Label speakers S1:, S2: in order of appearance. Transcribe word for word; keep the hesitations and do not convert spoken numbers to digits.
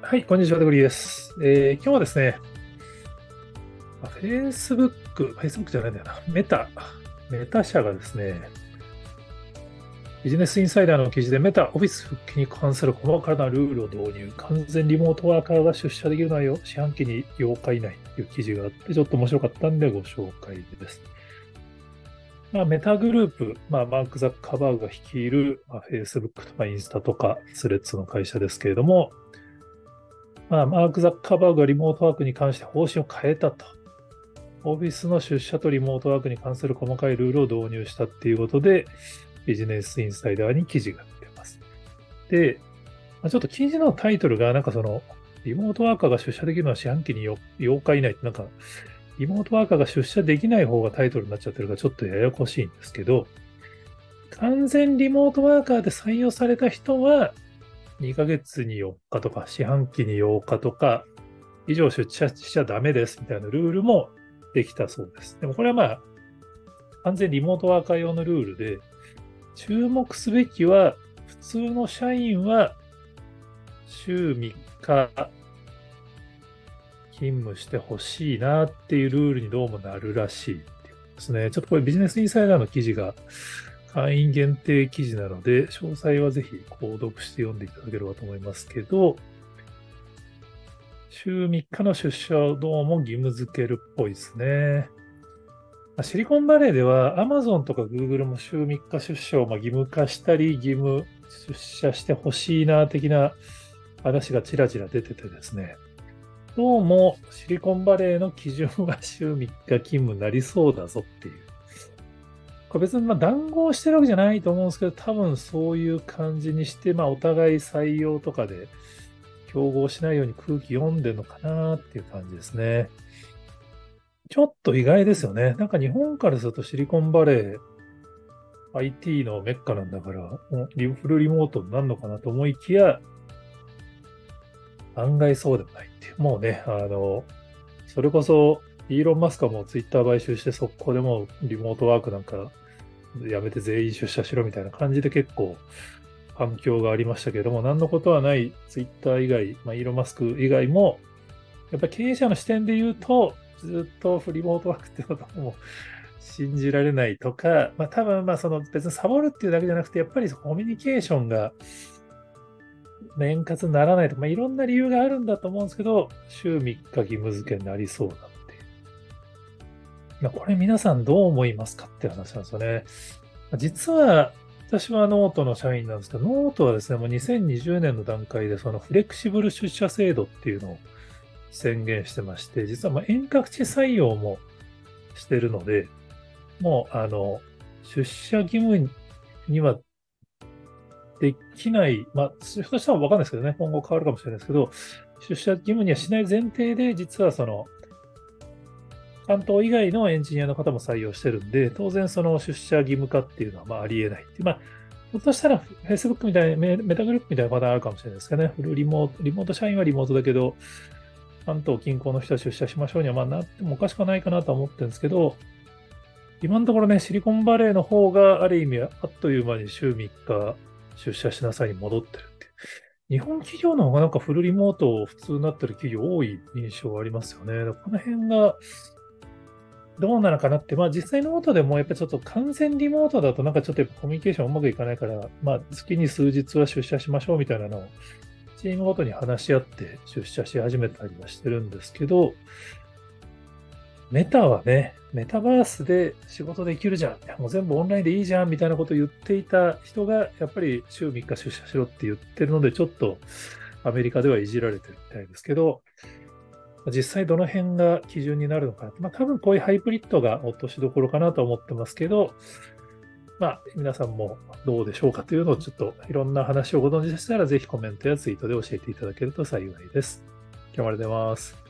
S1: はい、こんにちは、デグリーです。えー今日はですね、Facebook、Facebook じゃないんだよな、メタ、メタ社がですね、ビジネスインサイダーの記事でメタオフィス復帰に関する細かなルールを導入、完全リモートワーカーが出社できる内容、四半期にようか以内という記事があって、ちょっと面白かったんでご紹介です。まあ、メタグループ、まあ、マーク・ザッカーバーグが率いる、まあ、Facebook とかインスタとかスレッズの会社ですけれども、まあ、マーク・ザッカーバーグがリモートワークに関して方針を変えたと。オフィスの出社とリモートワークに関する細かいルールを導入したっていうことで、ビジネスインサイダーに記事が出てます。で、まあちょっと記事のタイトルが、なんかその、リモートワーカーが出社できるのは四半期にようか以内って、なんか、リモートワーカーが出社できない方がタイトルになっちゃってるから、ちょっとややこしいんですけど、完全リモートワーカーで採用された人は、にかげつによっかとか、四半期にようかとか、以上出社しちゃダメですみたいなルールもできたそうです。でもこれはまあ、完全リモートワーカー用のルールで、注目すべきは、普通の社員は週みっか勤務してほしいなっていうルールにどうもなるらしいっていうことですね。ちょっとこれビジネスインサイダーの記事が会員限定記事なので、詳細はぜひ購読して読んでいただければと思いますけど、週みっかの出社をどうも義務付けるっぽいですね。シリコンバレーでは Amazon とか Google も週みっか出社をまあ義務化したり、義務出社してほしいな的な話がちらちら出ててですね、どうもシリコンバレーの基準は週みっか勤務になりそうだぞっていう。これ別にまあ談合してるわけじゃないと思うんですけど、多分そういう感じにして、まあお互い採用とかで競合しないように空気読んでるのかなっていう感じですね。ちょっと意外ですよね。なんか日本からするとシリコンバレー、アイティー のメッカなんだから、もうリフルリモートになるのかなと思いきや、案外そうでもないっていう。もうね、あの、それこそ、イーロン・マスクはもうツイッター買収して速攻でもうリモートワークなんかやめて全員出社しろみたいな感じで結構反響がありましたけれども、何のことはないツイッター以外、まあ、イーロン・マスク以外も、やっぱり経営者の視点で言うと、ずっとリモートワークってことも信じられないとか、まあ多分まあその別にサボるっていうだけじゃなくて、やっぱりコミュニケーションが円滑にならないとか、まあいろんな理由があるんだと思うんですけど、週みっか義務付けになりそうだっていう。まあこれ皆さんどう思いますかっていう話なんですよね。実は私はノートの社員なんですけど、ノートはですね、もうにせんにじゅうねんの段階でそのフレキシブル出社制度っていうのを宣言してまして、実はまあ遠隔地採用もしてるので、もう、あの、出社義務にはできない、まあ、ひょっとしたらわかんないですけどね、今後変わるかもしれないですけど、出社義務にはしない前提で、実はその、関東以外のエンジニアの方も採用してるんで、当然その出社義務化っていうのはまあありえないっていう。まあ、ひょっとしたら Facebook みたいな、メメタグループみたいなパターンあるかもしれないですけどね。フルリモート、リモート社員はリモートだけど、関東近郊の人は出社しましょうにはまあなってもおかしくはないかなとは思ってるんですけど、今のところね、シリコンバレーの方がある意味あっという間に週みっか出社しなさいに戻ってるっていう。日本企業の方がなんかフルリモート普通になってる企業多い印象がありますよね。この辺がどうなのかなって、まあ実際のことでもやっぱりちょっと完全リモートだとなんかちょっとやっぱコミュニケーションうまくいかないから、まあ月に数日は出社しましょうみたいなのをチームごとに話し合って出社し始めたりはしてるんですけど、メタはね、メタバースで仕事できるじゃん。もう全部オンラインでいいじゃんみたいなことを言っていた人が、やっぱり週みっか出社しろって言ってるので、ちょっとアメリカではいじられてるみたいですけど、実際どの辺が基準になるのか。まあ多分こういうハイブリッドが落としどころかなと思ってますけど、まあ皆さんもどうでしょうかというのをちょっといろんな話をご存知でしたら、ぜひコメントやツイートで教えていただけると幸いです。今日もありがとうございます。